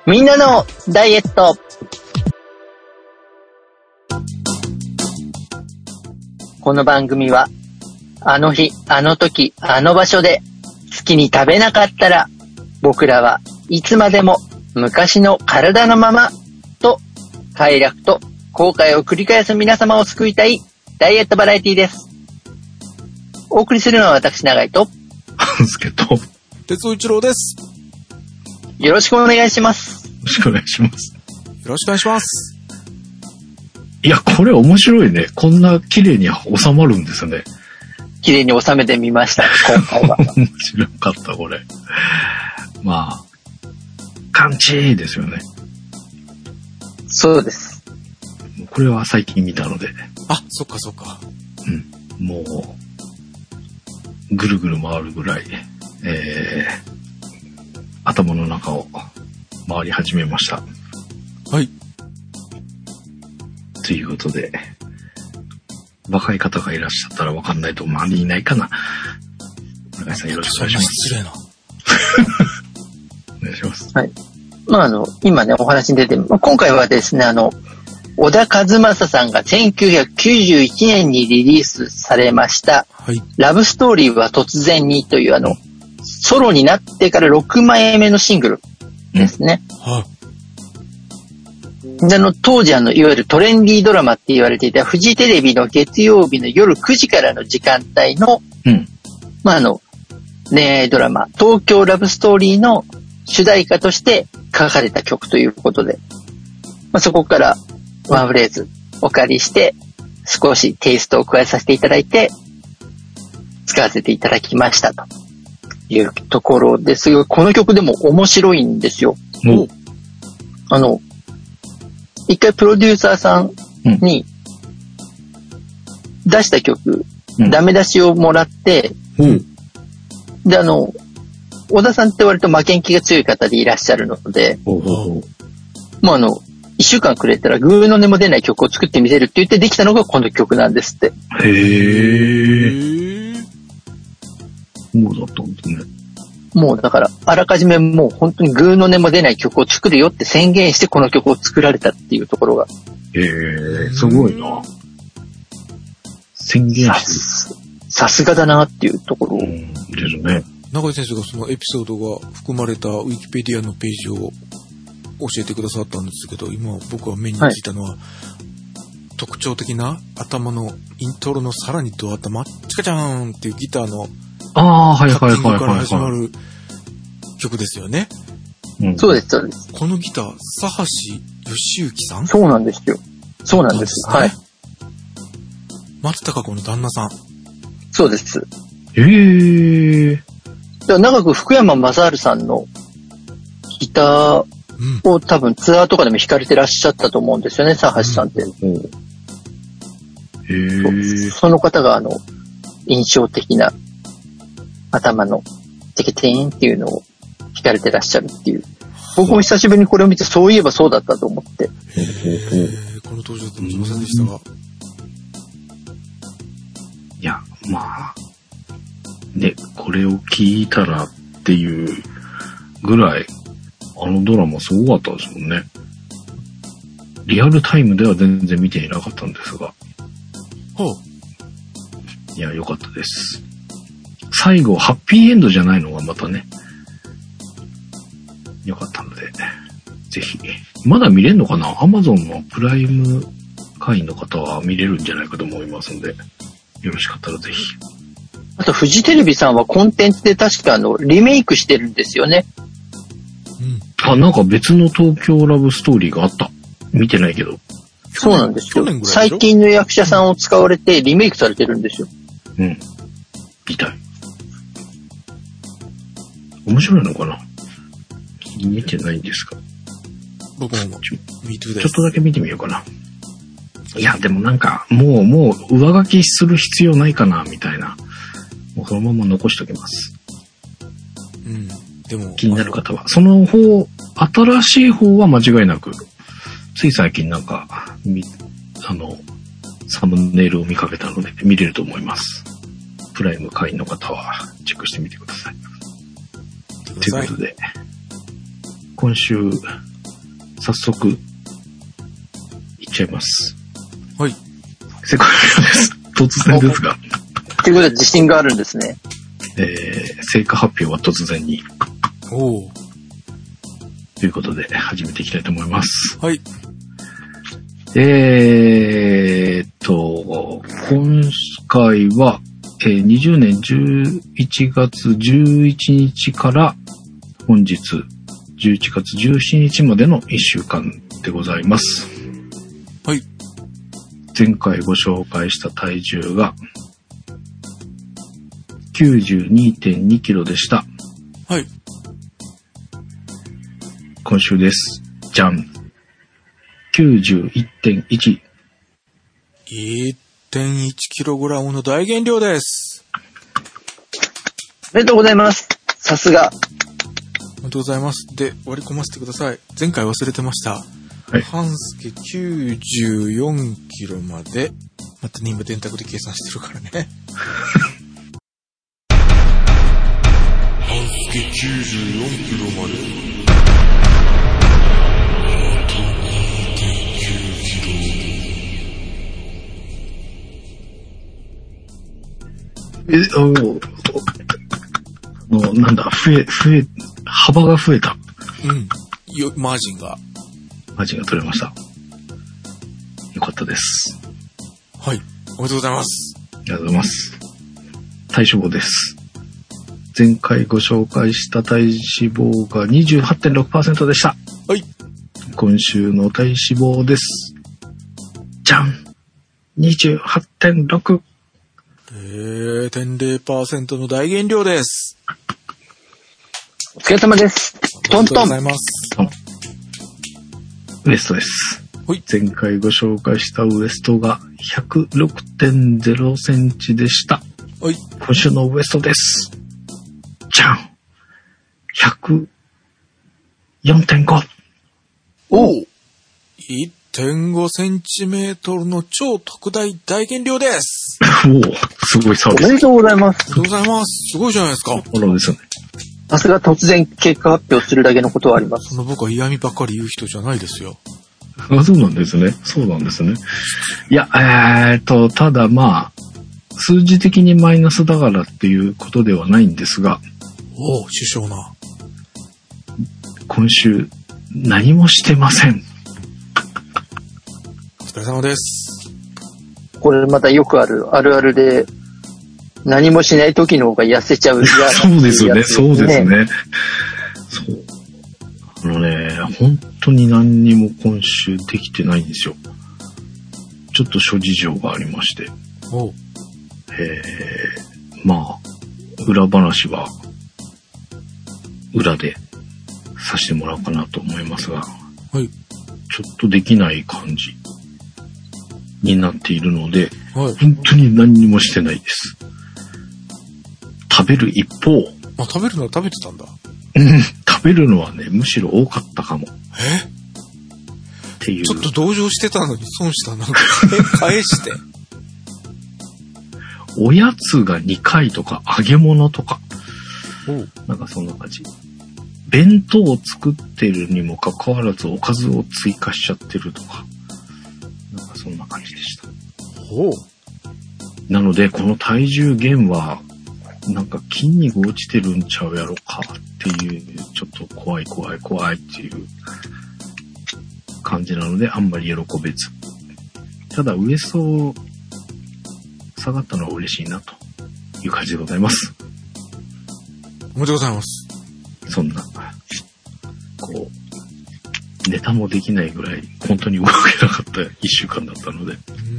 みんなのダイエット。この番組はあの日あの時あの場所で好きに食べなかったら僕らはいつまでも昔の体のままと快楽と後悔を繰り返す皆様を救いたいダイエットバラエティです。お送りするのは私永井と半助と哲夫一郎です。 よろしくお願いします。 よろしくお願いします。 よろしくお願いします。 いや、これ面白いね。こんな綺麗に収まるんですね。 綺麗に収めてみました、今回は。 面白かった、これ。まあ、感じですよね。 そうです。 これは最近見たので。 あ、そっかそっか。 うん。もう、ぐるぐる回るぐらい、頭の中を回り始めました。 はい。 ということで、若い方がいらっしゃったらわかんないと周りにいないかな。中井さんよろしくお願いします。 失礼な。 お願いします。 はい。まあ今ね、お話に出て、今回はですね、小田和正さんが1991年にリリースされました、 はい、 ラブストーリーは突然にというソロになってから6枚目のシングルですね。 はい。 で当時いわゆるトレンディードラマって言われていたフジテレビの月曜日の夜9時からの時間帯の、恋愛ドラマ、東京ラブストーリーの主題歌として書かれた曲ということで、そこからワンフレーズお借りして少しテイストを加えさせていただいて使わせていただきましたというところですが、この曲でも面白いんですよ。一回プロデューサーさんに出した曲、ダメ出しをもらって、で小田さんって割と負けん気が強い方でいらっしゃるので、もう一週間くれたらグーの音も出ない曲を作ってみせるって言ってできたのがこの曲なんですって。 へー。そうだったんですね。もうだからあらかじめもう本当にグーの音も出ない曲を作るよって宣言してこの曲を作られたっていうところが。 すごいな。宣言して。 さすがだなっていうところですね。 永井先生がそのエピソードが含まれたウィキペディアのページを教えてくださったんですけど、今僕は目についたのは、特徴的な頭のイントロのさらにド頭、チカチャーンっていうギターのタッピングから始まる曲ですよね。 そうです、そうです。 このギター、佐橋義之さん？ そうなんですよ。そうなんです。はい。 松たか子の旦那さん。 そうです。長く福山雅治さんのギターを多分ツアーとかでも弾かれてらっしゃったと思うんですよね、佐橋さんって。その方が印象的な頭のテケテーンっていうのを弾かれてらっしゃるっていう。僕も久しぶりにこれを見てそういえばそうだったと思って。 この登場ってすいませんでしたが。 いや、まあ、ね、これを聞いたらっていうぐらい、ドラマすごかったですもんね。リアルタイムでは全然見ていなかったんですが。いや、良かったです。最後、ハッピーエンドじゃないのがまたね、良かったので、ぜひ。まだ見れるのかな？ Amazon のプライム会員の方は見れるんじゃないかと思いますので、よろしかったらぜひ。 あと、フジテレビさんはコンテンツで確かリメイクしてるんですよね。 なんか別の東京ラブストーリーがあった。見てないけど。 そうなんですよ。最近の役者さんを使われてリメイクされてるんですよ。 見たい。面白いのかな？見てないんですか？ 僕も見てるです。 ちょっとだけ見てみようかな。いや、でもなんか、もう上書きする必要ないかな、みたいな。もうそのまま残しときます。 でも気になる方は。その方、新しい方は間違いなく、つい最近なんか、サムネイルを見かけたので見れると思います。プライム会員の方はチェックしてみてください。ということで、今週早速、いっちゃいます。 はい。 成果発表です。突然ですが。 ということで自信があるんですね。 成果発表は突然に。 おー。 ということで、始めていきたいと思います。 はい。 今回は、20年11月11日から本日11月17日までの1週間でございます。 はい。 前回ご紹介した体重が 92.2 キロでした。 はい。 今週です。じゃん。91.1。 1.1 キログラムの大減量です。 おめでとうございます。さすが。 おめでとうございます。で、割り込ませてください。前回忘れてました。はい。半助94キロまで、また任務電卓で計算してるからね。半助94キロまで。 なんだ、幅が増えた。 うん。マージンが取れました。よかったです。 はい。おめでとうございます。 ありがとうございます。体脂肪です。前回ご紹介した体脂肪が 28.6% でした。 はい。 今週の体脂肪です。じゃん !28.6%。 0.0% の大減量です。 お疲れ様です。トントン。 ありがとうございます。 ウエストです。 はい。 前回ご紹介したウエストが 106.0 センチでした。 はい。 今週のウエストです。じゃん !104.5。 おう !1.5 センチメートルの超特大大減量です。 おお、すごいサービス。 おめでとうございます。 おめでとうございます。すごいじゃないですか。 ですよね。 さすが突然結果発表するだけのことはあります。 その僕は嫌味ばっかり言う人じゃないですよ。 あ、そうなんですね。そうなんですね。いや、ただまあ、数字的にマイナスだからっていうことではないんですが。 おお、首相な。 今週、何もしてません。 お疲れ様です。 これまたよくあるあるで、何もしない時の方が痩せちゃう。 そうですよね。そうですね。そう。本当に何にも今週できてないんですよ。ちょっと諸事情がありまして。 おまあ、裏話は、裏でさせてもらおうかなと思いますが、 はい。 ちょっとできない感じになっているので、 はい、 本当に何にもしてないです。食べる一方。 あ、食べるのは食べてたんだ。 うん、食べるのはね、むしろ多かったかも。っていう。 ちょっと同情してたのに損した。なんか、返して。 おやつが2回とか、揚げ物とか。なんかそんな感じ。弁当を作ってるにもかかわらずおかずを追加しちゃってるとか。なんかそんな感じでした。なので、この体重減は、なんか筋肉落ちてるんちゃうやろかっていう、ちょっと怖いっていう感じなので、あんまり喜べず。ただ、ウエスト下がったのは嬉しいなという感じでございます。 おめでとうございます。 そんな、ネタもできないぐらい、本当に動けなかった一週間だったので。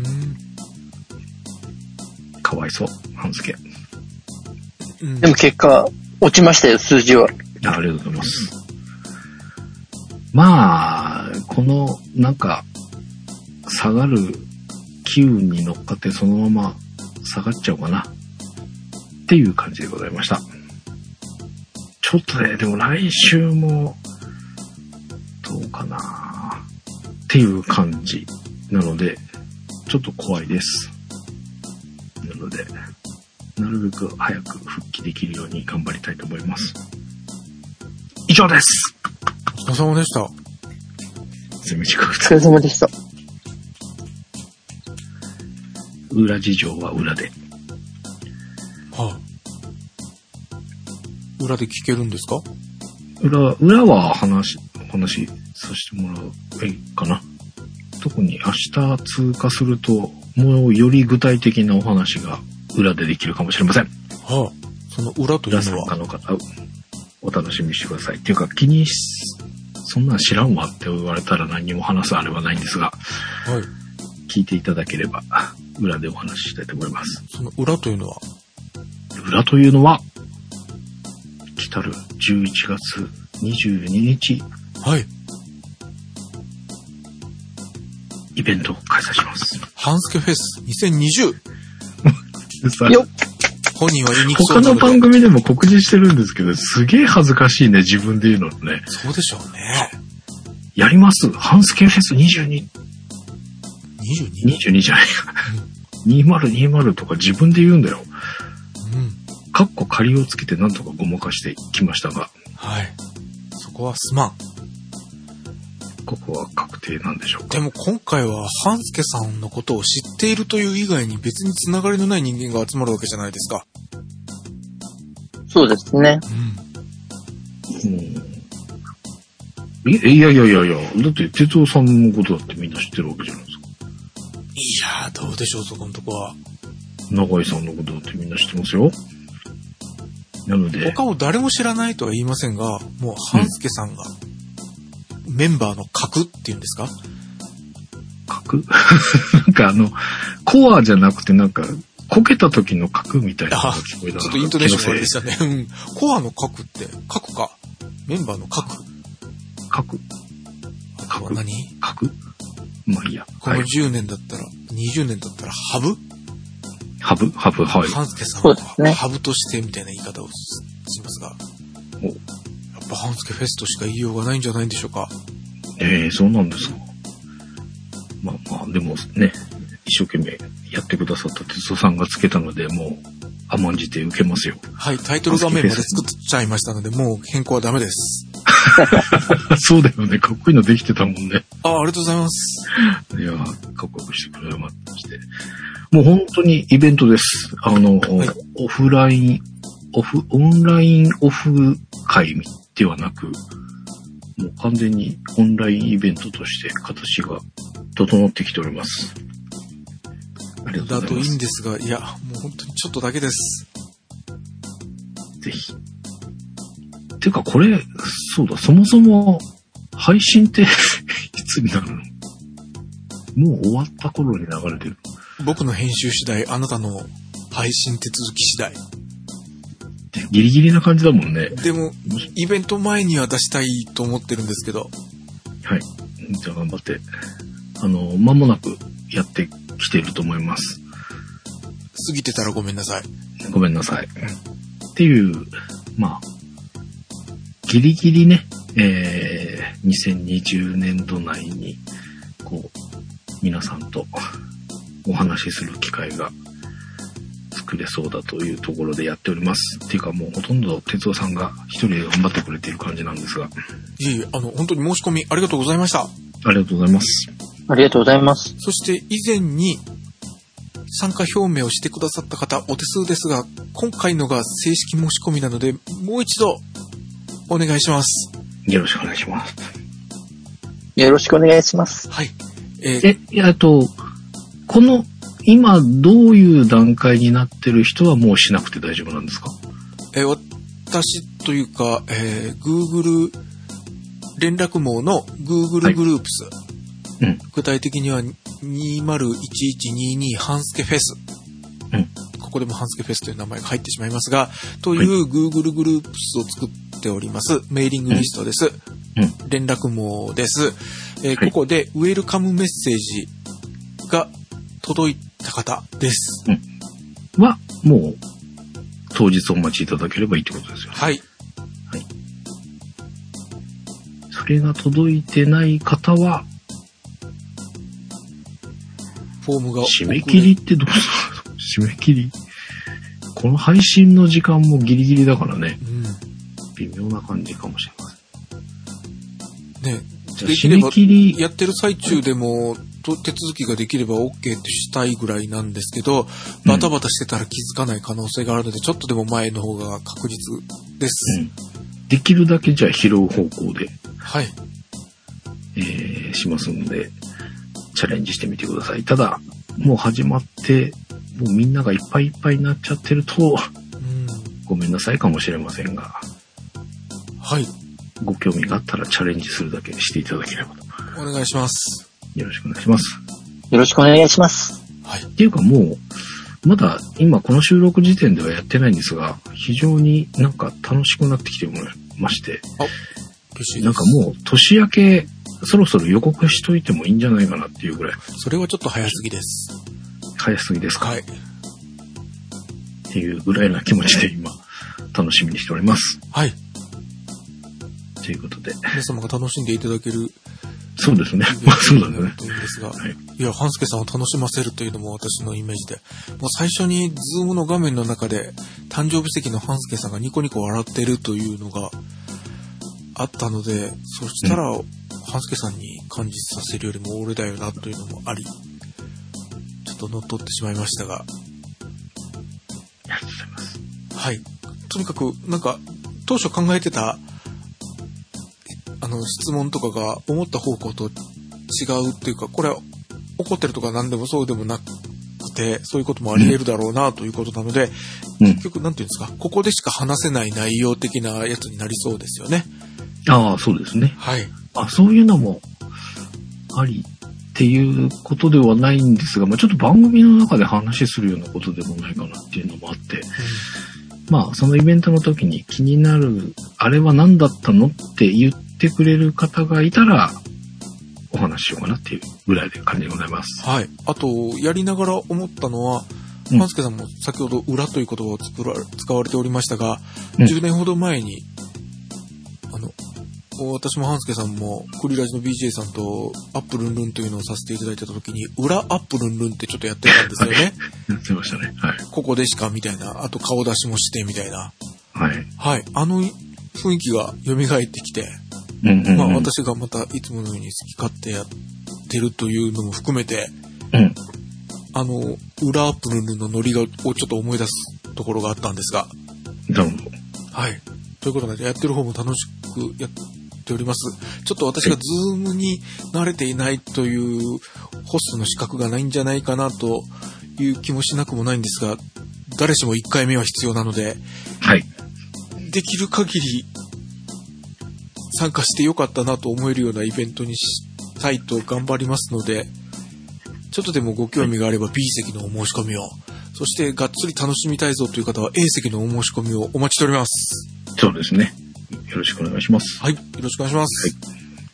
かわいそう、半助。 でも結果、落ちましたよ、数字は。 ありがとうございます。まあ、この、なんか、下がる機運に乗っかってそのまま下がっちゃおうかな。っていう感じでございました。ちょっとね、でも来週も、どうかなっていう感じなので、ちょっと怖いです。なので、なるべく早く復帰できるように頑張りたいと思います。以上です。 お疲れ様でした。 すみません。 お疲れ様でした。 裏事情は裏で。 はあ。裏で聞けるんですか？ 裏は話させてもらうかな。特に明日通過すると、もうより具体的なお話が裏でできるかもしれません。 はあ。その裏というのは？ 裏参加の方、お楽しみにしてください。っていうか、そんなん知らんわって言われたら何にも話すあれはないんですが、 はい。 聞いていただければ、裏でお話ししたいと思います。 その裏というのは？ 裏というのは、来たる11月22日。 はい。 イベントを開催します。 ハンスケフェス2020。 よっ。 本人は言いにくそうなので。 他の番組でも告示してるんですけど、すげえ恥ずかしいね、自分で言うのね。 そうでしょうね。 やります。ハンスケフェス22。22じゃないか。2020とか自分で言うんだよ。 うん。 カッコ仮をつけてなんとかごまかしてきましたが。 はい。そこはすまん。 ここは確定なんでしょうか。 でも今回はハンスケさんのことを知っているという以外に別につながりのない人間が集まるわけじゃないですか。 そうですね。 いや、だって哲夫さんのことだってみんな知ってるわけじゃないですか。 いやー、どうでしょう、そこのとこは。 永井さんのことだってみんな知ってますよ。なので。 他を誰も知らないとは言いませんが、もうハンスケさんが、メンバーの核っていうんですか？ 核なんかコアじゃなくてなんか、こけた時の核みたいなのが聞こえた。 ちょっとイントネーションがあれでしたね。うん。コアの核って、核か。メンバーの核。 核何？ 核まあいいや。 この10年だったら、20年だったらハブ、 はい。 ハンスケさんは、ね、ハブとしてみたいな言い方をしますが。やっぱハンスケフェスとしか言いようがないんじゃないんでしょうか。 そうなんですか。まあ、でもね、一生懸命やってくださった哲夫さんがつけたので、もう甘んじて受けますよ。はい、 タイトル画面まで作っちゃいましたので、もう変更はダメです。 そうだよね、かっこいいのできてたもんね。 ありがとうございます。 いや、かっこよくしてくれまして。もう本当にイベントです。はい、オンラインオフ会ではなく、もう完全にオンラインイベントとして形が整ってきております。ありがとうございます。だといいんですが、いや、もう本当にちょっとだけです。 ぜひ。てかこれ、そうだ、そもそも配信っていつになるの？もう終わった頃に流れてる。 僕の編集次第、あなたの配信手続き次第。 ギリギリな感じだもんね。 でも、イベント前には出したいと思ってるんですけど。 はい。じゃあ頑張って。間もなくやってきていると思います。 過ぎてたらごめんなさい。 ごめんなさい。っていう、まあ、ギリギリね、2020年度内に、皆さんとお話しする機会が作れそうだというところでやっております。っていうかもうほとんど哲夫さんが一人で頑張ってくれている感じなんですが。 いえいえ、本当に申し込みありがとうございました。 ありがとうございます。 ありがとうございます。 そして以前に参加表明をしてくださった方お手数ですが、今回のが正式申し込みなので、もう一度お願いします。 よろしくお願いします。 よろしくお願いします。 はい。 この、今どういう段階になってる人はもうしなくて大丈夫なんですか？ 私というか、Google 連絡網の Google グループス、はい、具体的には201122ハンスケフェス、ここでもハンスケフェスという名前が入ってしまいますが、という Google グループスを作っておりますメーリングリストです。連絡網です。ここでウェルカムメッセージが届いた方です。 は、もう、当日お待ちいただければいいってことですよね。 はい。 はい。それが届いてない方は、 フォームが締め切りってどうするの？締め切り。この配信の時間もギリギリだからね。微妙な感じかもしれません。 ね、 できれば、やってる最中でも、手続きができれば OK ってしたいぐらいなんですけど、バタバタしてたら気づかない可能性があるので、ちょっとでも前の方が確実です。 できるだけじゃあ拾う方向で。 はい。 しますので、チャレンジしてみてください。ただ、もう始まって、もうみんながいっぱいいっぱいになっちゃってると、ごめんなさいかもしれませんが、 はい。 ご興味があったらチャレンジするだけしていただければと。 お願いします。 よろしくお願いします。 よろしくお願いします。 はい。 っていうかもう、まだ今この収録時点ではやってないんですが、非常になんか楽しくなってきてまして、なんかもう年明け、そろそろ予告しといてもいいんじゃないかなっていうぐらい。 それはちょっと早すぎです。 早すぎですか？ はい。 っていうぐらいな気持ちで今、楽しみにしております。 はい。 ということで。 皆様が楽しんでいただける。 そうですね。まあそうだね。 というんですが、はい、いや、半助さんを楽しませるというのも私のイメージで、もう最初にズームの画面の中で、誕生日席の半助さんがニコニコ笑ってるというのがあったので、そしたら、半助さんに感じさせるよりも俺だよなというのもあり、ちょっと乗っ取ってしまいましたが。 ありがとうございます。 はい。とにかく、なんか、当初考えてた、質問とかが思った方向と違うっていうか、これは怒ってるとか何でもそうでもなくて、そういうこともあり得るだろうなということなので、結局なんていうんですか、ここでしか話せない内容的なやつになりそうですよね。 ああ、そうですね。 はい。 そういうのもありっていうことではないんですが、まあちょっと番組の中で話するようなことでもないかなっていうのもあって、まあそのイベントの時に気になる、あれは何だったのって言ってくれる方がいたら、お話ししようかなっていうぐらいで感じでございます。 はい。あと、やりながら思ったのは、半助さんも先ほど裏という言葉を使われておりましたが、10年ほど前に、私も半助さんもクリラジの BJ さんとアップルンルンというのをさせていただいた時に、裏アップルンルンってちょっとやってたんですよね。 やってましたね。はい。 ここでしかみたいな、あと顔出しもしてみたいな。 はい。 はい。雰囲気が蘇ってきて、まあ私がまたいつものように好き勝手やってるというのも含めて、裏アップルンルンのノリをちょっと思い出すところがあったんですが。 なるほど。 はい。ということで、やってる方も楽しくやっております。ちょっと私がズームに慣れていないというホストの資格がないんじゃないかなという気もしなくもないんですが、誰しも1回目は必要なので、 はい。 できる限り参加してよかったなと思えるようなイベントにしたいと頑張りますので、ちょっとでもご興味があれば B 席のお申し込みを、そしてがっつり楽しみたいぞという方は A 席のお申し込みをお待ちしております。 そうですね。よろしくお願いします。 はい。よろしくお願いします。 はい、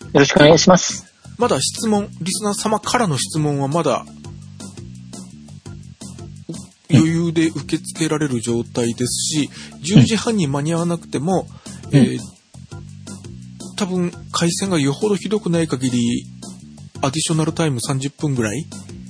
よろしくお願いします。 まだ質問、リスナー様からの質問はまだ余裕で受け付けられる状態ですし、10時半に間に合わなくても、多分回線がよほどひどくない限りアディショナルタイム30分ぐらい、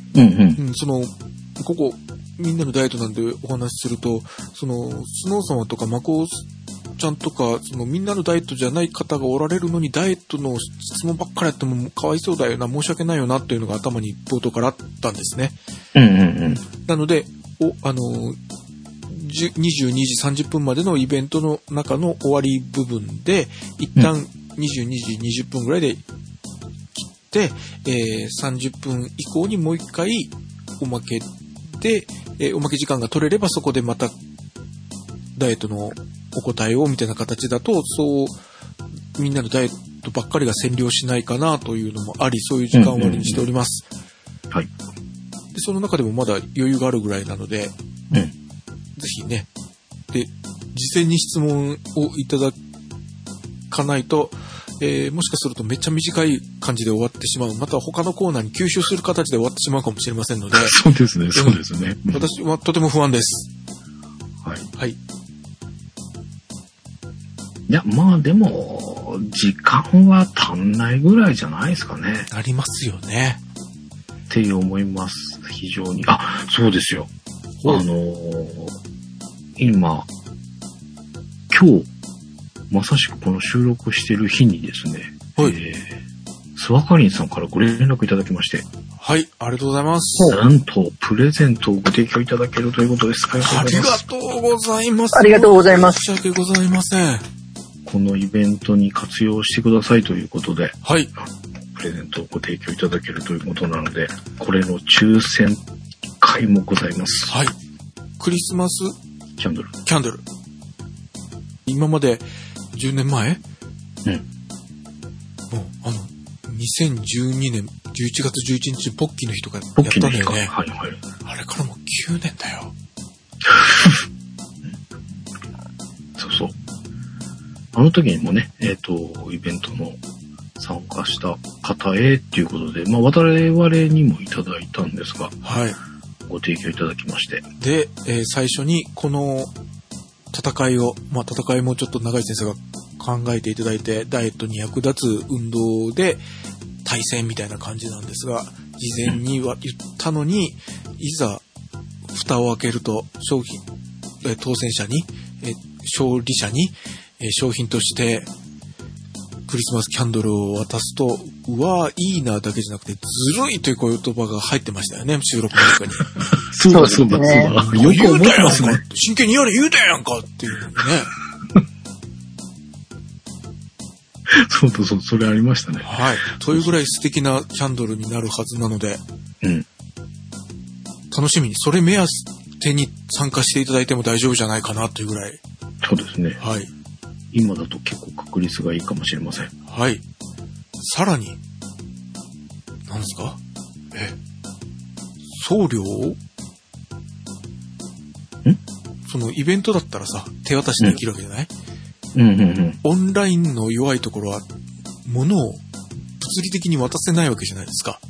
ここみんなのダイエットなんでお話しすると、スノー様とかマコちゃんとか、みんなのダイエットじゃない方がおられるのに、ダイエットの質問ばっかりやってもかわいそうだよな、申し訳ないよなっていうのが頭に冒頭からあったんですね。なので、22時30分までのイベントの中の終わり部分で、一旦22時20分ぐらいで切って、30分以降にもう一回おまけで、おまけ時間が取れればそこでまたダイエットのお答えをみたいな形だと、そうみんなのダイエットばっかりが占領しないかなというのもあり、そういう時間割にしております。 はい。 でその中でもまだ余裕があるぐらいなので、ぜひね、で事前に質問をいただかないと、もしかするとめっちゃ短い感じで終わってしまう、または他のコーナーに吸収する形で終わってしまうかもしれませんのでそうですね、そうですね。 私はとても不安です。 はい。 はい。 いや、まあでも、時間は足んないぐらいじゃないですかね。 ありますよね。 って思います。非常に。そうですよ。今日、まさしくこの収録してる日にですね、 はい、 スワカリンさんからご連絡いただきまして。 はい、ありがとうございます。 なんと、プレゼントをご提供いただけるということです。 ありがとうございます。 ありがとうございます。 申し訳ございません。 このイベントに活用してくださいということで、 はい。 プレゼントをご提供いただけるということなので、これの抽選会もございます。 はい。クリスマスキャンドル。 今まで10年前？ うん。 もう、2012年11月11日ポッキーの日とかやったんだよね。 はいはい。 あれからもう9年だよ。 そうそう。あの時にもね、イベントの参加した方へっていうことで、まあ我々にもいただいたんですが、 はい。 ご提供いただきまして。 で、最初にこの戦いを、まあ戦いもちょっと長井先生が考えていただいて、ダイエットに役立つ運動で対戦みたいな感じなんですが、事前には言ったのに、いざ蓋を開けると商品、当選者に、勝利者に、商品としてクリスマスキャンドルを渡すと、うわーいいなだけじゃなくて、ずるいという言葉が入ってましたよね、収録の中に。 そうだ。よく覚えてますね。 真剣にやれ言うたやんかっていうのね。 そう、それありましたね。 はい。というぐらい素敵なキャンドルになるはずなので、 うん。 楽しみに、それ目安手に参加していただいても大丈夫じゃないかなというぐらい。 そうですね。 はい。 今だと結構確率がいいかもしれません。 はい。さらに、何ですか？送料を？そのイベントだったらさ、手渡しできるわけじゃない？オンラインの弱いところは、物を物理的に渡せないわけじゃないですか。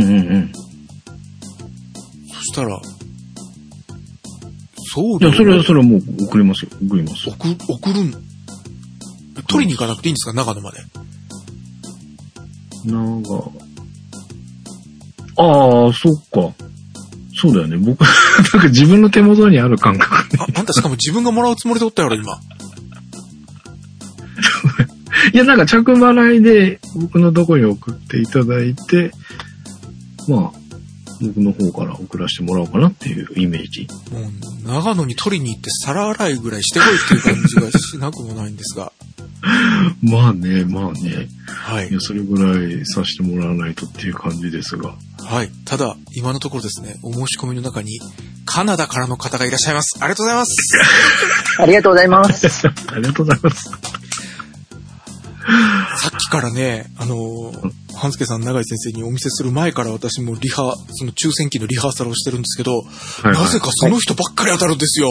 そしたら、送料。いや、 それはもう送りますよ。送ります。 送るん。取りに行かなくていいんですか、長野まで。 ああ、そっか。そうだよね。僕、なんか自分の手元にある感覚、ね。 あんたしかも自分がもらうつもりでおったやろ、今。 いや、なんか着払いで僕のとこに送っていただいて、まあ、僕の方から送らせてもらおうかなっていうイメージ。 もう、長野に取りに行って皿洗いぐらいしてこいっていう感じがしなくもないんですが。 まあね。 はい。 いや、それぐらいさせてもらわないとっていう感じですが。 はい。ただ、今のところですね、お申し込みの中に、カナダからの方がいらっしゃいます。ありがとうございます。 ありがとうございます。 ありがとうございます。 さっきからね、半助さん、永井先生にお見せする前から私もその抽選機のリハーサルをしてるんですけど、なぜかその人ばっかり当たるんですよ。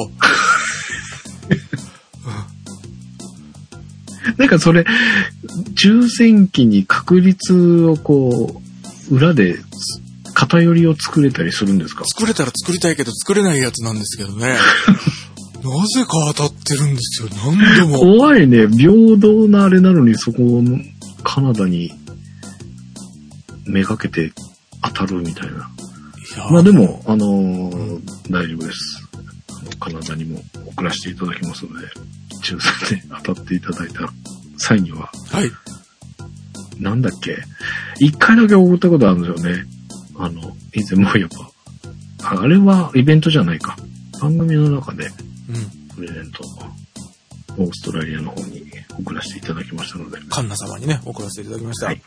なんかそれ、抽選機に確率をこう、裏で偏りを作れたりするんですか？ 作れたら作りたいけど作れないやつなんですけどね。なぜか当たってるんですよ、何度も。 怖いね。平等なあれなのに、そこのカナダにめがけて当たるみたいな。まあでも、大丈夫です。カナダにも送らせていただきますので、抽選で当たっていただいた際には。 はい。 なんだっけ？一回だけ送ったことあるんですよね。以前もやっぱ。あれはイベントじゃないか。番組の中で。プレゼントオーストラリアの方に送らせていただきましたので、 カンナ様にね送らせていただきました。はい、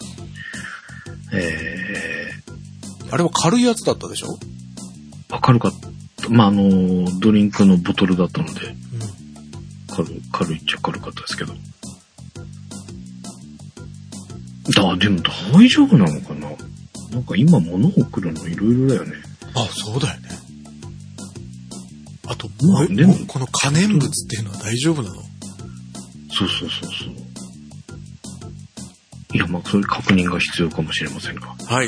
あれは軽いやつだったでしょ？ 軽かった。まあドリンクのボトルだったので、軽いっちゃ軽かったですけど。でも大丈夫なのかな？なんか今物を送るのいろいろだよね。 あ、そうだよね。あと、 でもこの可燃物っていうのは大丈夫なの？ そう。いや、まあ、そういう確認が必要かもしれませんが。 はい。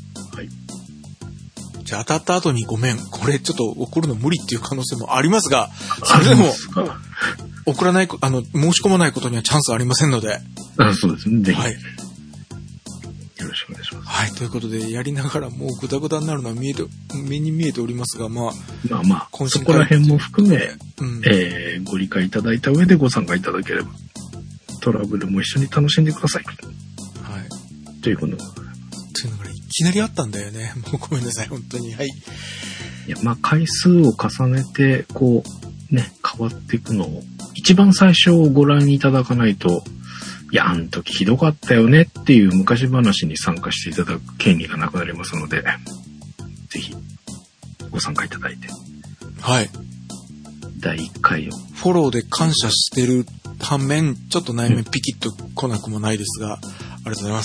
じゃあ当たった後にごめん、これちょっと送るの無理っていう可能性もありますが、それでも、送らない、申し込まないことにはチャンスありませんので。 そうですね。ぜひ。 はい。 よろしくお願いします。 はい。ということで、やりながらもうグダグダになるのは目に見えておりますが、まあ、 そこら辺も含め、ご理解いただいた上でご参加いただければ、トラブルも一緒に楽しんでください。 はい。 ということで。 というのがいきなりあったんだよね。もうごめんなさい、本当に。はい。 いや、まあ、回数を重ねて、こう、ね、変わっていくのを、一番最初をご覧いただかないと、いや、あの時ひどかったよねっていう昔話に参加していただく権利がなくなりますので、ぜひ、ご参加いただいて。 はい。 第1回を。 フォローで感謝してる反面、ちょっと内面ピキッと来なくもないですが、ありがとうございます。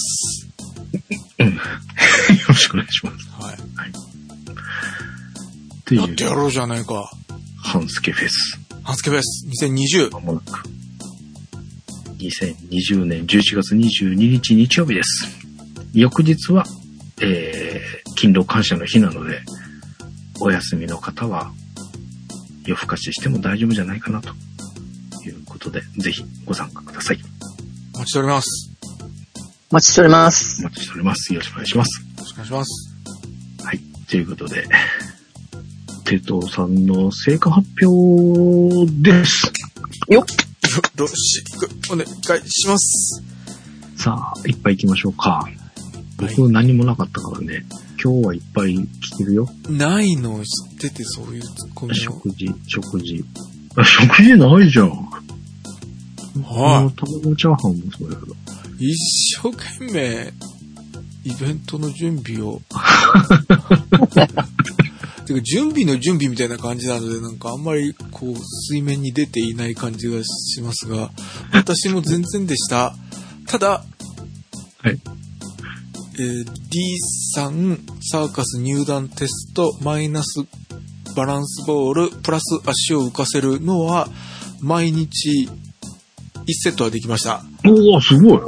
うん。よろしくお願いします。 はい。 はい。っていう。 やってやろうじゃないか。 半助フェス。 半助フェス2020。 まもなく。2020年11月22日日曜日です。翌日は、勤労感謝の日なので、お休みの方は夜更かししても大丈夫じゃないかなということで、ぜひご参加ください。 お待ちしております。 お待ちしております。 お待ちしております。よろしくお願いします。 よろしくお願いします。 はい。ということで、テトさんの成果発表です。 よろしくお願いします。 さあ、いっぱい行きましょうか。僕、はい、何もなかったからね。今日はいっぱい聞けるよ。 ないのを知ってて、そういうツッコミを。 食事。食事ないじゃん。 はい。 卵チャーハンもそうやけど。 一生懸命、イベントの準備を。てか準備の準備みたいな感じなので、なんかあんまりこう水面に出ていない感じがしますが、私も全然でした。ただ、 はい。 D3 サーカス入団テストマイナスバランスボールプラス足を浮かせるのは毎日1セットはできました。 おー、すごい。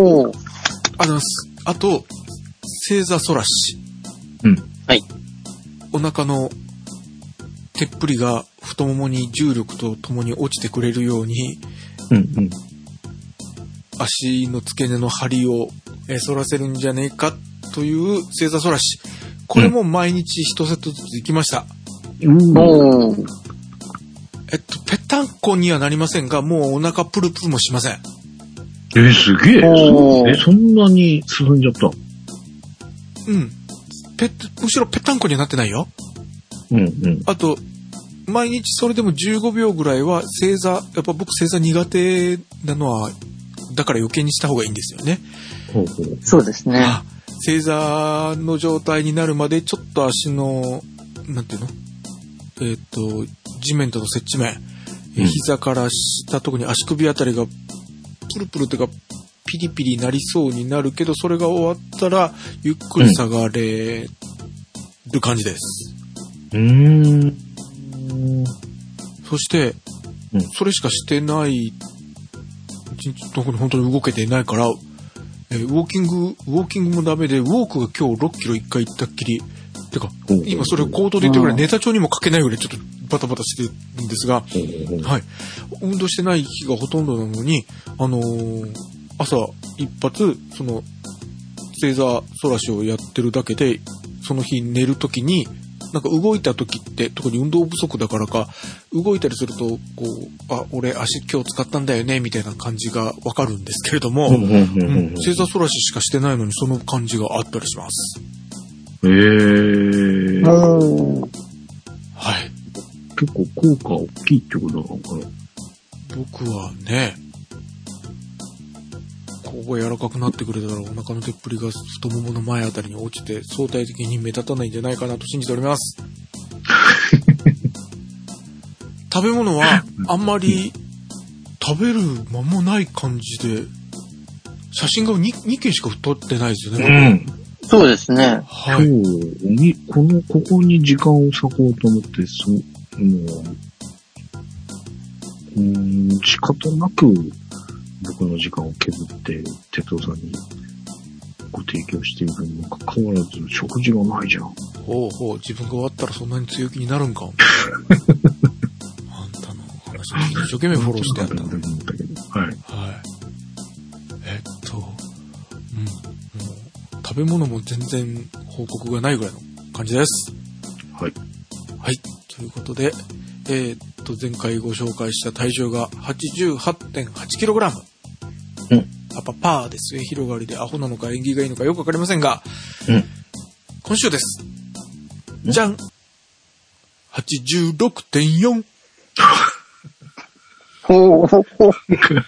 あと正座反らし。 うん。 はい。 お腹のてっぷりが太ももに重力とともに落ちてくれるように、 うんうん、 足の付け根の張りを反らせるんじゃねえかという正座反らし。これも毎日1セットずつできました。 うん、 ぺったんこにはなりませんが、もうお腹プルプルもしません。 すげえ。そんなに進んじゃった。 うん。むしろぺったんこにはなってないよ。 うんうん。 あと、毎日それでも15秒ぐらいは正座、やっぱ僕正座苦手なのは、だから余計にした方がいいんですよね。 ほうほう。そうですね。 正座の状態になるまでちょっと足の、なんていうの？地面との接地面、膝から下、特に足首あたりがプルプルというかピリピリなりそうになるけど、それが終わったらゆっくり下がれる感じです。そして、それしかしてない、特に本当に動けていないから、ウォーキングもダメで、ウォークが今日6キロ1回行ったっきり、てか、今それ口頭で言ってるぐらいネタ帳にも書けないぐらいちょっとバタバタしてるんですが、はい。運動してない日がほとんどなのに、朝一発、その、正座反らしをやってるだけで、その日寝るときに、なんか動いたときって、特に運動不足だからか、動いたりすると、こう、俺足今日使ったんだよね、みたいな感じがわかるんですけれども、正座反らししかしてないのにその感じがあったりします。 はい。結構効果大きいってことなのかな？ 僕はね、ここが柔らかくなってくれたらお腹のてっぷりが太ももの前あたりに落ちて相対的に目立たないんじゃないかなと信じております。食べ物はあんまり食べる間もない感じで、写真が 2件しか撮ってないですよね。 そうですね。 はい。 ここに時間を割こうと思って、仕方なく僕の時間を削って、哲夫さんにご提供しているにもかかわらず、食事がないじゃん。 ほうほう、自分が終わったらそんなに強気になるんか。あんたの話を一生懸命フォローしてやったんだけど。 はい。 はい。食べ物も全然報告がないぐらいの感じです。 はい。 はい。ということで、前回ご紹介した体重が 88.8kg。 パーで末広がりでアホなのか縁起がいいのかよくわかりませんが、今週です。じゃん !86.4! ほうほうほう。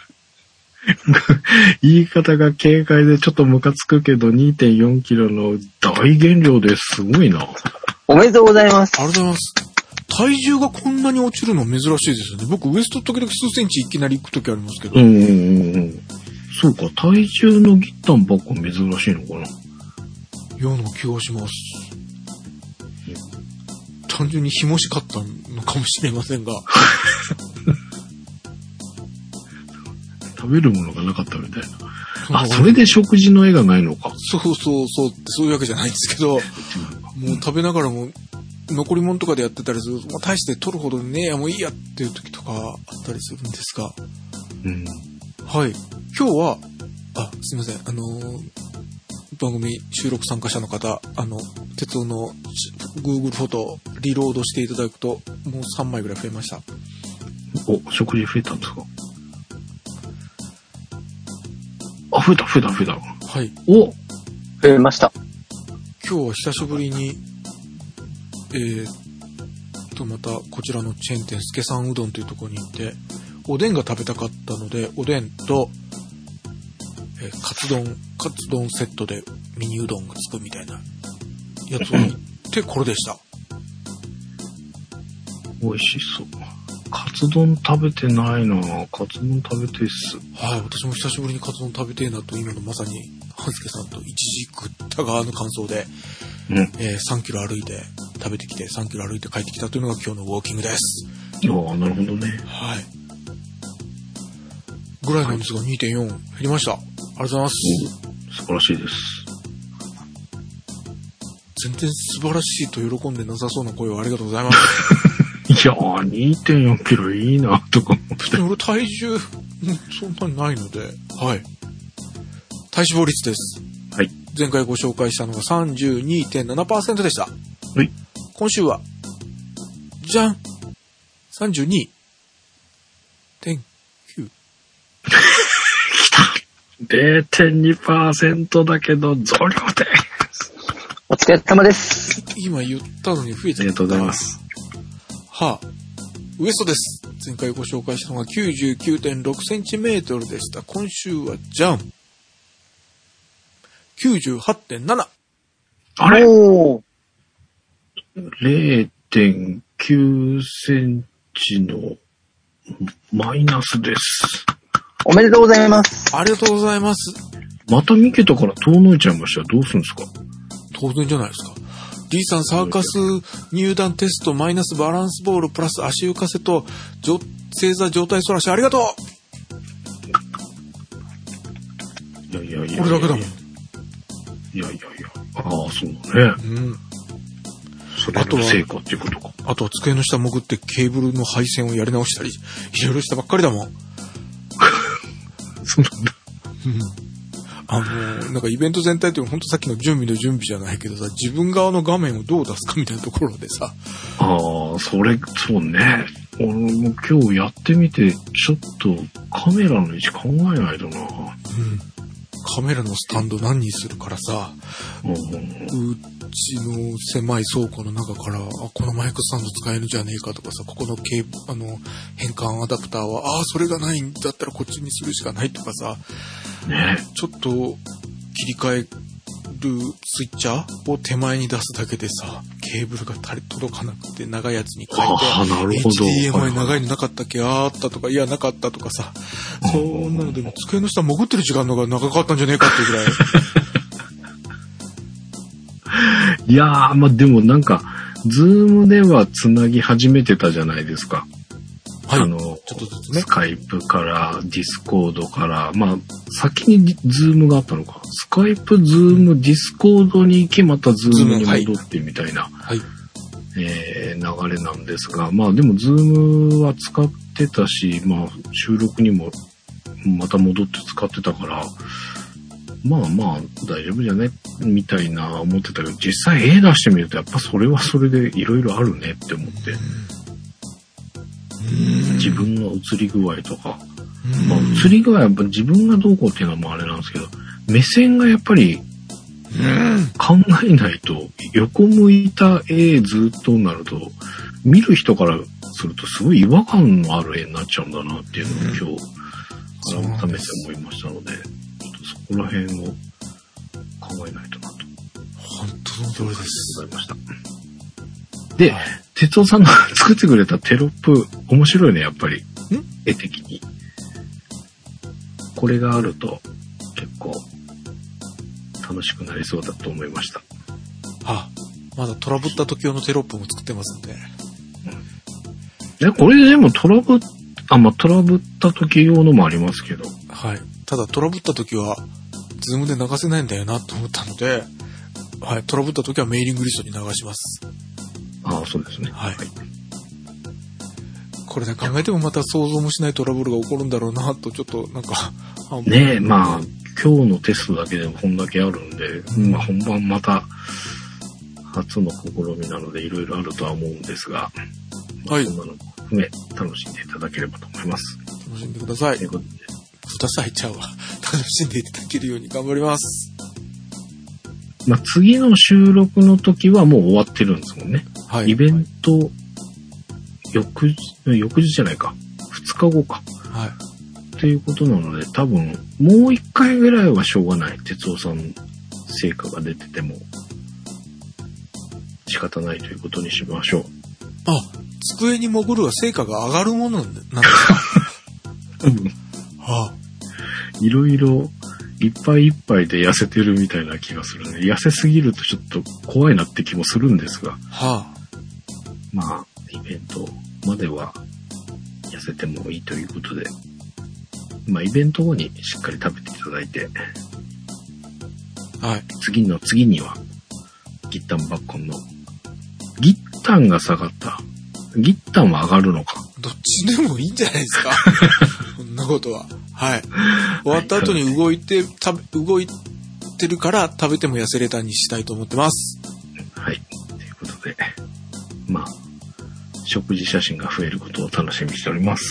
言い方が軽快でちょっとムカつくけど 2.4 キロの大減量ですごいな。 おめでとうございます。 ありがとうございます。体重がこんなに落ちるの珍しいですよね。僕ウエスト時々数センチいきなり行く時ありますけど。 そうか、体重のギッタンばっか珍しいのかな。 ような気がします。単純にひもしかったのかもしれませんが。 食べるものがなかったみたいな。あ、それで食事の絵がないのか。 そういうわけじゃないんですけど、もう食べながらも残り物とかでやってたりすると、大して取るほどねえやもういいやっていう時とかあったりするんですが、はい。今日は、すいません、番組収録参加者の方、鉄道の Google フォトをリロードしていただくと、もう3枚ぐらい増えました。 お、食事増えたんですか？あ、増えた。 はい。 お、増えました。 今日は久しぶりに、またこちらのチェーン店、すけさんうどんというところに行って、おでんが食べたかったので、おでんと、カツ丼セットでミニうどんがつくみたいなやつを行ってこれでした。 美味しそう。カツ丼食べてないな。カツ丼食べていっす。 はい、私も久しぶりにカツ丼食べてえなと今のまさに半助さんと一時食った側の感想で、3キロ歩いて食べてきて3キロ歩いて帰ってきたというのが今日のウォーキングです。 ああ、なるほどね。 はい。ぐらいなんですが 2.4 減りました。ありがとうございます。 素晴らしいです。 全然素晴らしいと喜んでなさそうな声をありがとうございます。 いやー、2.4 キロいいなとか思って。 俺体重そんなにないので、はい。体脂肪率です。 はい。 前回ご紹介したのが 32.7% でした。 はい。 今週は、じゃん 32.9。 0.2% だけど増量で。 お疲れ様です。 今言ったのに増えちゃった。 ありがとうございます。 はあ、ウエストです。前回ご紹介したのが 99.6 センチメートルでした。今週はじゃん 98.7。 あれ 0.9 センチのマイナスです。 おめでとうございます。 ありがとうございます。 また三桁から遠のいちゃいました。どうするんですか？ 当然じゃないですか。D さんサーカス入団テストマイナスバランスボールプラス足浮かせと正座上体反らしありがとう。いやこれだけだもん。 いや。ああ、そうね。それの成果っていうことか。 あとは机の下潜ってケーブルの配線をやり直したり、いろいろしたばっかりだもん。 そうなんだ。 なんかイベント全体っていうのは本当さっきの準備じゃないけどさ、自分側の画面をどう出すかみたいなところでさ。 ああ、そうね。俺も今日やってみて、ちょっとカメラの位置考えないとな。 カメラのスタンド何にするからさ、うちの狭い倉庫の中から、このマイクスタンド使えるじゃねえかとかさ、ここの変換アダプターは、それがないんだったらこっちにするしかないとかさ、 ね、 ちょっと切り替えるスイッチャーを手前に出すだけでさ、ケーブルが届かなくて長いやつに変えて、HDMI 長いのなかったっけ、あったとか、いやなかったとかさ、そんなのでも机の下潜ってる時間の方が長かったんじゃねえかっていうぐらい。 いやー、まあ、でもなんか、ズームではつなぎ始めてたじゃないですか。 はい。ちょっとずつね。 スカイプから、ディスコードから、まあ、先にズームがあったのか。スカイプ、ズーム、ディスコードに行き、またズームに戻ってみたいな、 はい。 流れなんですが、まあでもズームは使ってたし、まあ収録にもまた戻って使ってたから、まあ大丈夫じゃねみたいな思ってたけど、実際絵出してみるとやっぱそれはそれでいろいろあるねって思って、自分の映り具合とか、 まあ、映りがやっぱ自分がどうこうっていうのもあれなんですけど、目線がやっぱり考えないと、横向いた絵ずっとなると、見る人からするとすごい違和感のある絵になっちゃうんだなっていうのを今日、改めて思いましたので、ちょっとそこら辺を考えないとなと。 本当の通りです。 ございました。で、はい、哲夫さんの作ってくれたテロップ、面白いね、やっぱり。絵的に。これがあると結構楽しくなりそうだと思いました。 あ、まだトラブった時用のテロップも作ってますんで。 これでもトラブった時用のもありますけど。 はい。ただトラブった時は、ズームで流せないんだよなと思ったので、はい。トラブった時はメーリングリストに流します。 ああ、そうですね。 はい。これで考えてもまた想像もしないトラブルが起こるんだろうなと、ちょっとなんか。 ねえ、まあ、今日のテストだけでもこんだけあるんで、まあ本番また初の試みなのでいろいろあるとは思うんですが、はい。そんなのも含め楽しんでいただければと思います。 楽しんでください。 ということで。 くださいちゃうわ。楽しんでいただけるように頑張ります。 まあ次の収録の時はもう終わってるんですもんね。はい。イベント、翌日じゃないか。2日後か。 はい。 ということなので、多分、もう一回ぐらいはしょうがない。哲夫さん成果が出てても、仕方ないということにしましょう。 あ、机に潜るは成果が上がるものなんですか？ うん。はあ。いろいろ、いっぱいいっぱいで痩せてるみたいな気がするね。痩せすぎるとちょっと怖いなって気もするんですが。 はあ。 まあ、イベントまでは痩せてもいいということで、まあイベント後にしっかり食べていただいて、 はい。 次には、ギッタンバッコンの、ギッタンが下がった。ギッタンは上がるのか。 どっちでもいいんじゃないですか。そんなことは。はい。終わった後に動いてるから食べても痩せれたにしたいと思ってます。 はい。ということで、まあ、食事写真が増えることを楽しみにしております。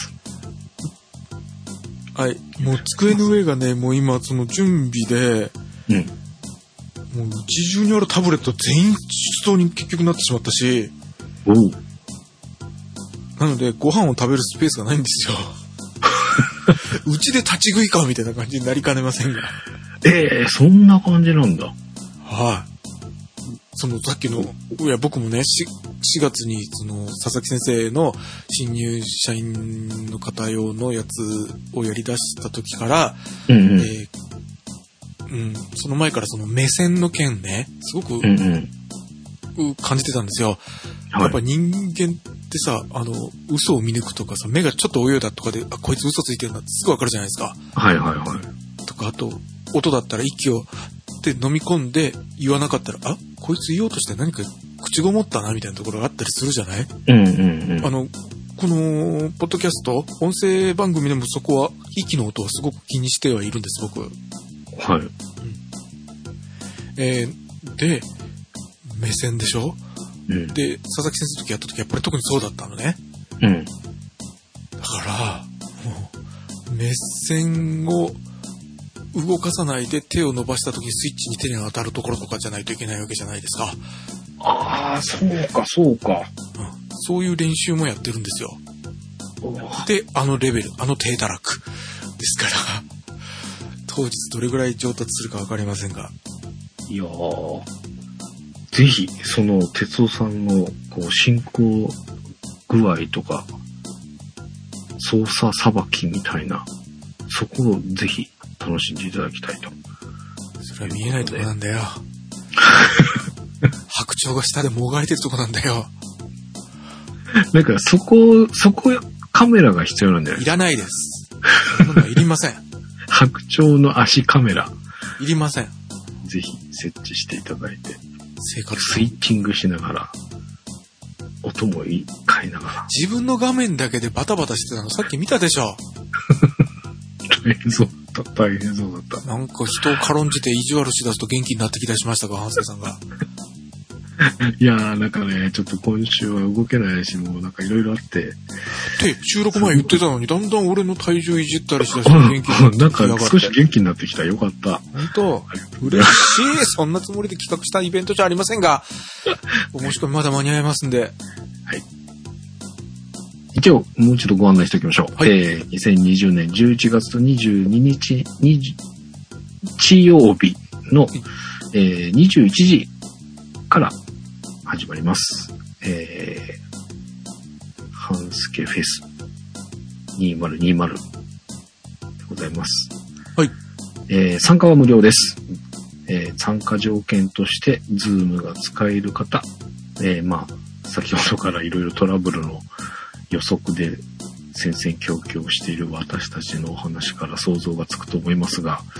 はい。もう机の上がね、もう今その準備で、 うん。 もううち中にあるタブレット全員出動に結局なってしまったし、 おう。 なのでご飯を食べるスペースがないんですよ。うちで立ち食いかみたいな感じになりかねませんが。 そんな感じなんだ。 はい。そのさっきの、いや僕もね、4月にその佐々木先生の新入社員の方用のやつをやり出した時から、 うんうん、 その前からその目線の件ね、すごく、感じてたんですよ。はい、やっぱ人間ってさ、嘘を見抜くとかさ、目がちょっと泳いだとかで、あ、こいつ嘘ついてるなってすぐわかるじゃないですか。 はいはいはい。 とか、あと、音だったら息をで飲み込んで言わなかったら、あ、こいつ言おうとして何か口ごもったなみたいなところがあったりするじゃない？このポッドキャスト、音声番組でもそこは息の音はすごく気にしてはいるんです、僕。 はい。 で、目線でしょ？ うん、 で、佐々木先生の時やった時やっぱり特にそうだったのね。 うん。 だからもう目線を動かさないで手を伸ばした時スイッチに手に当たるところとかじゃないといけないわけじゃないですか。 ああ、そうかそうか、 そういう練習もやってるんですよ。で、レベル、低堕落ですから当日どれぐらい上達するか分かりませんが、 いやー、ぜひその哲夫さんのこう進行具合とか操作さばきみたいな、そこをぜひ楽しんでいただきたいと。 それは見えないとこなんだよ。白鳥が下でもがいてるとこなんだよ。 なんかそこカメラが必要なんだよね。 いらないです。そんなのいりません。 白鳥の足カメラ。 いりません。 ぜひ設置していただいて。 生活スイッチングしながら、音も変えながら。 自分の画面だけでバタバタしてたのさっき見たでしょ。 大変そうだった。 なんか人を軽んじて意地悪しだすと元気になってきたりしましたか、ハンセさんが。 いやー、なんかね、ちょっと今週は動けないし、もうなんかいろいろあって。 で、収録前言ってたのに、だんだん俺の体重いじったりしだして元気になってきやがって。 なんか少し元気になってきた。よかった。 本当嬉しい。そんなつもりで企画したイベントじゃありませんが、お申し込みまだ間に合いますんで。はい。 一応、もう一度ご案内しておきましょう。はい、2020年11月22日、日曜日の、21時から始まります。半助フェス2020でございます。 はい。 参加は無料です。参加条件として、ズームが使える方、先ほどからいろいろトラブルの予測で戦々恐々している私たちのお話から想像がつくと思いますが、はい、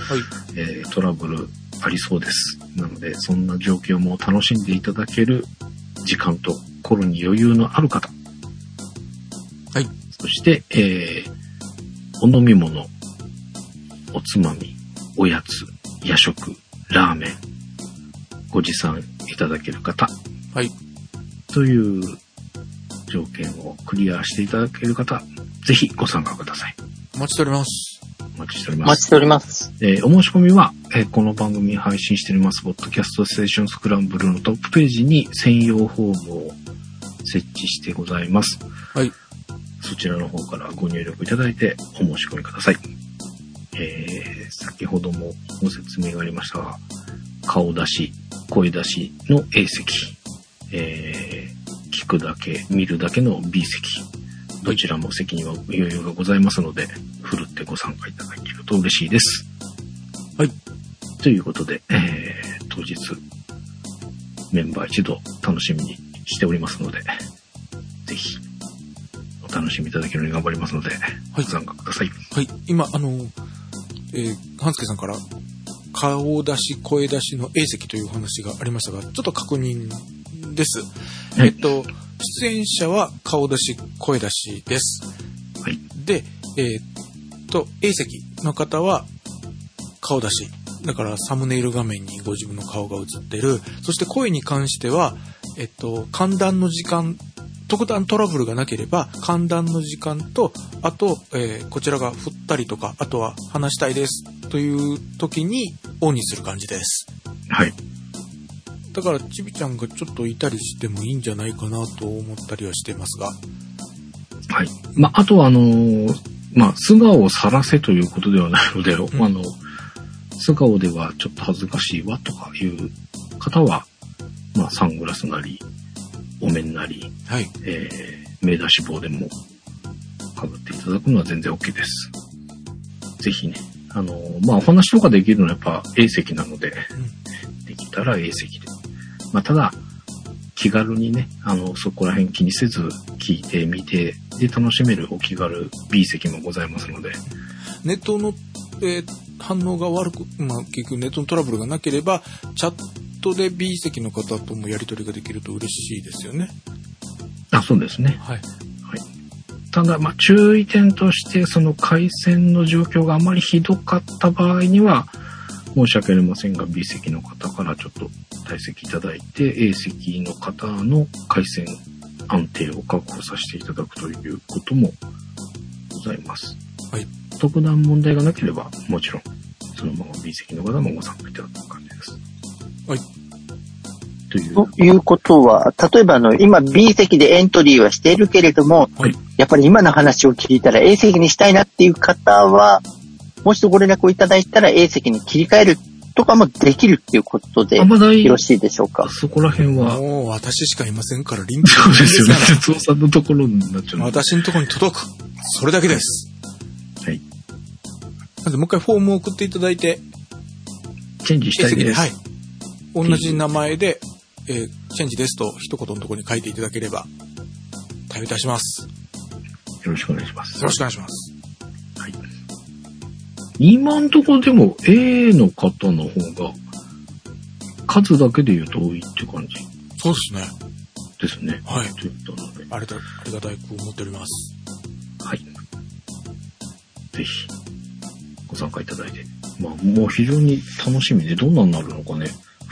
トラブルありそうです。なので、そんな状況も楽しんでいただける時間と心に余裕のある方。 はい。 そして、お飲み物、おつまみ、おやつ、夜食、ラーメン、ご持参いただける方。 はい。 という条件をクリアしていただける方、ぜひご参加ください。 お待ちしております。 お待ちしております。 お待ちしております。 お申し込みは、この番組に配信しております、ポッドキャストステーションスクランブルのトップページに専用フォームを設置してございます。 はい。 そちらの方からご入力いただいてお申し込みください。先ほどもご説明がありましたが、顔出し、声出しの A 席、聞くだけ、見るだけの B 席、どちらも席には余裕がございますので、ふるってご参加いただけると嬉しいです。 はい。 ということで、当日、メンバー一同楽しみにしておりますので、ぜひ、お楽しみいただけるように頑張りますので、ご参加ください。 はい。今、半助さんから、顔出し、声出しの A 席というお話がありましたが、ちょっと確認です。はい、出演者は顔出し、声出しです。 はい。 で、A 席の方は顔出し。だからサムネイル画面にご自分の顔が映ってる。そして声に関しては、歓談の時間、特段トラブルがなければ、歓談の時間と、あと、こちらが振ったりとか、あとは話したいですという時にオンにする感じです。 はい。 だから、ちびちゃんがちょっといたりしてもいいんじゃないかなと思ったりはしてますが。 はい。あとは素顔を晒せということではないので、素顔ではちょっと恥ずかしいわとかいう方は、サングラスなり、お面なり、 はい。 目出し帽でも被っていただくのは全然 OK です。ぜひね、お話とかできるのはやっぱ A 席なので、できたら A 席で。ただ、気軽にね、そこら辺気にせず聞いてみて、で楽しめるお気軽 B 席もございますので。 ネットの、反応が悪く、結局ネットのトラブルがなければ、チャットで B 席の方ともやり取りができると嬉しいですよね。 そうですね。 はい。 はい。ただ、注意点として、その回線の状況があまりひどかった場合には、申し訳ありませんが、B 席の方からちょっと退席いただいて、A 席の方の回線安定を確保させていただくということもございます。 はい。 特段問題がなければ、もちろん、そのまま B 席の方もご参加いただく感じです。 はい。 ということは、例えば今 B 席でエントリーはしているけれども、 はい、 やっぱり今の話を聞いたら A 席にしたいなっていう方は、もしご連絡をいただいたら A 席に切り替えるとかもできるっていうことでよろしいでしょうか。 そこら辺は。 もう私しかいませんから、リンクそうですよね。哲夫さんのところになっちゃう。 私のところに届く。それだけです。 はい。 まずもう一回フォームを送っていただいて。 チェンジしたいです。 はい。同じ名前で、チェンジですと一言のところに書いていただければ対応いたします。 よろしくお願いします。 よろしくお願いします。 はい。今のところでも A の方の方が数だけで言うと多いって感じ。 そうですね。 ですね。 はい。 ということなので。 ありがたいく思っております。 はい。ぜひご参加いただいて。もう非常に楽しみでどんなになるのかね。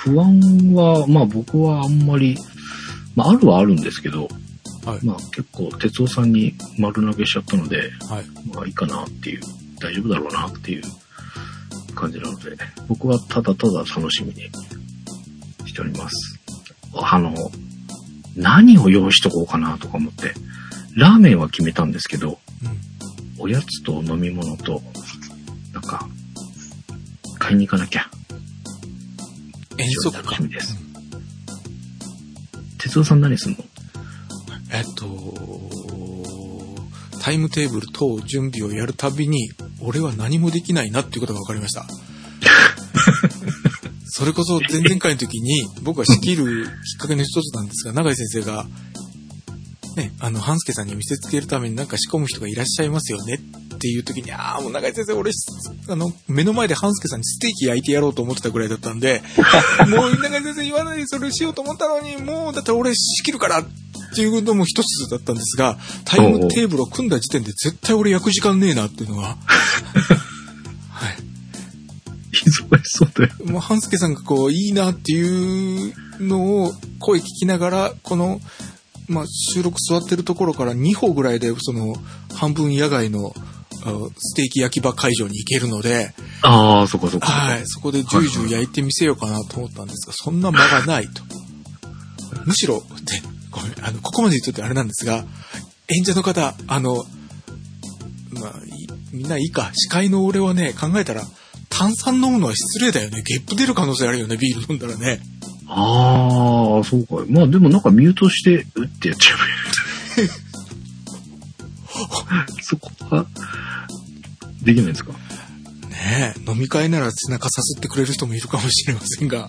不安は、まあ僕はあんまり、まああるはあるんですけど、 はい。 まあ結構哲夫さんに丸投げしちゃったので、 はい。 まあいいかなっていう、大丈夫だろうなっていう感じなので、僕はただただ楽しみにしております。何を用意しとこうかなとか思って、ラーメンは決めたんですけど、おやつと飲み物と、なんか、買いに行かなきゃ。 遠足か。 楽しみです。哲夫さん何すんの？ タイムテーブル等準備をやるたびに、俺は何もできないなっていうことが分かりました。それこそ前々回の時に、僕は仕切るきっかけの一つなんですが、永井先生が、ね、半助さんに見せつけるためになんか仕込む人がいらっしゃいますよねっていう時に、もう永井先生、俺、目の前で半助さんにステーキ焼いてやろうと思ってたぐらいだったんで、もう永井先生言わないでそれしようと思ったのに、もうだって俺仕切るからっていうのも一つだったんですが、タイムテーブルを組んだ時点で絶対俺焼く時間ねえなっていうのが、はい。 忙しそうだよ。 もう半助さんがこういいなっていうのを声聞きながら、この、まあ、収録座ってるところから2歩ぐらいでその半分野外のステーキ焼き場会場に行けるので、 ああ、そこそこ。 はい、そこでジュージュー焼いてみせようかなと思ったんですが、そんな間がないと。むしろ、で、ごめん、ここまで言っとってあれなんですが、演者の方、まあ、みんないいか、司会の俺はね、考えたら、炭酸飲むのは失礼だよね。ゲップ出る可能性あるよね、ビール飲んだらね。 ああ、そうか。まあでもなんかミュートして、うってやっちゃえばいい。そこは、できないんですか？ ねえ、飲み会なら背中さすってくれる人もいるかもしれませんが。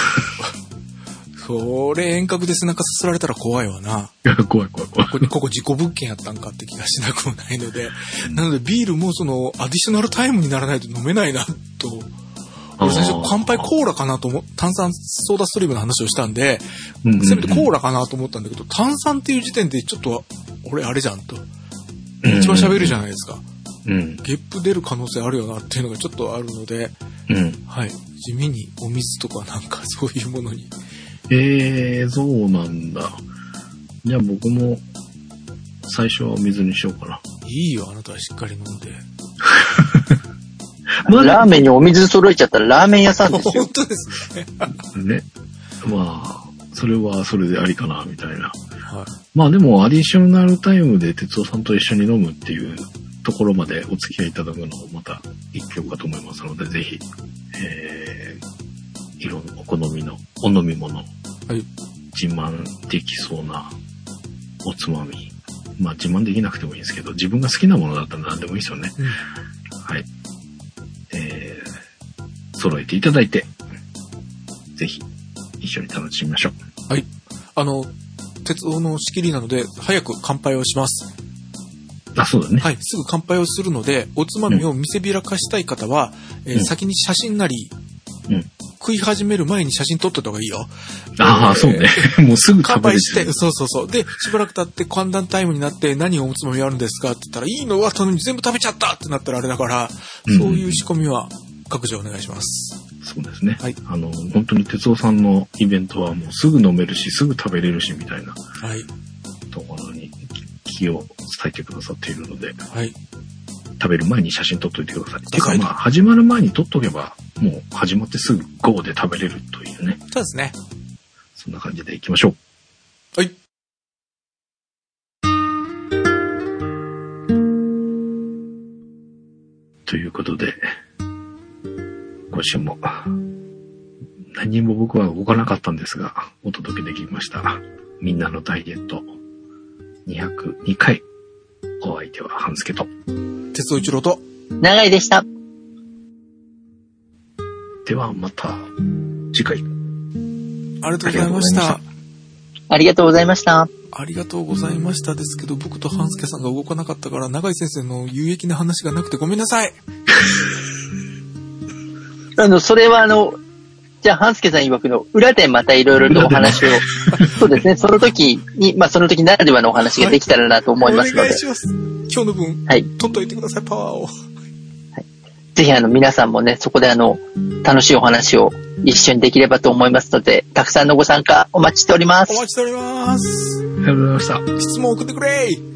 それ遠隔で背中さすられたら怖いわな。 いや、怖い。ここ事故物件やったんかって気がしなくもないので。なのでビールもそのアディショナルタイムにならないと飲めないなと。俺最初乾杯コーラかなと炭酸ソーダストリームの話をしたんで、せめてコーラかなと思ったんだけど、炭酸っていう時点でちょっと俺あれじゃんと。一番喋るじゃないですか。ゲップ出る可能性あるよなっていうのがちょっとあるので、はい。地味にお水とかなんかそういうものに。 そうなんだ。じゃあ僕も最初はお水にしようかな。 いいよ、あなたはしっかり飲んで。 ラーメンにお水揃えちゃったらラーメン屋さんですよ。 本当ですね。 ね。まあ、それはそれでありかな、みたいな。 はい、 まあでも、アディショナルタイムで哲夫さんと一緒に飲むっていうところまでお付き合いいただくのもまた一興かと思いますので、ぜひ、いろんなお好みのお飲み物、はい、自慢できそうなおつまみ。まあ自慢できなくてもいいんですけど、自分が好きなものだったら何でもいいですよね。はい。揃えていただいて、ぜひ一緒に楽しみましょう。 はい。鉄道の仕切りなので、早く乾杯をします。 あ、そうだね。 はい。すぐ乾杯をするので、おつまみを見せびらかしたい方は、先に写真なり、食い始める前に写真撮っておいた方がいいよ。 ああ、そうね。もうすぐ乾杯して、そう。で、しばらく経って歓談タイムになって、何をおつまみあるんですかって言ったら、いいのは頼み全部食べちゃったってなったらあれだから、そういう仕込みは各自お願いします。 そうですね。 はい。 本当に哲夫さんのイベントはもうすぐ飲めるし、すぐ食べれるし、みたいな。 はい。 ところに気を伝えてくださっているので。 はい。 食べる前に写真撮っといてください。てかまあ、始まる前に撮っとけば、もう始まってすぐ GO で食べれるというね。 そうですね。 そんな感じでいきましょう。 はい。 ということで、今週も何も僕は動かなかったんですが、お届けできました。みんなのダイエット202回。お相手は半助と鉄道一郎と長井でした。 ではまた次回。 ありがとうございました。 ありがとうございました。 ありがとうございましたですけど、僕と半助さんが動かなかったから、長井先生の有益な話がなくてごめんなさい。 それはじゃあ、半助さん曰くの裏でまたいろいろとお話を、そうですね、その時に、まあその時ならではのお話ができたらなと思いますので。 お願いします。今日の分、はい、取っといてください、パワーを。はい。 ぜひ皆さんもね、そこで楽しいお話を一緒にできればと思いますので、たくさんのご参加お待ちしております。 お待ちしております。 ありがとうございました。 質問送ってくれー。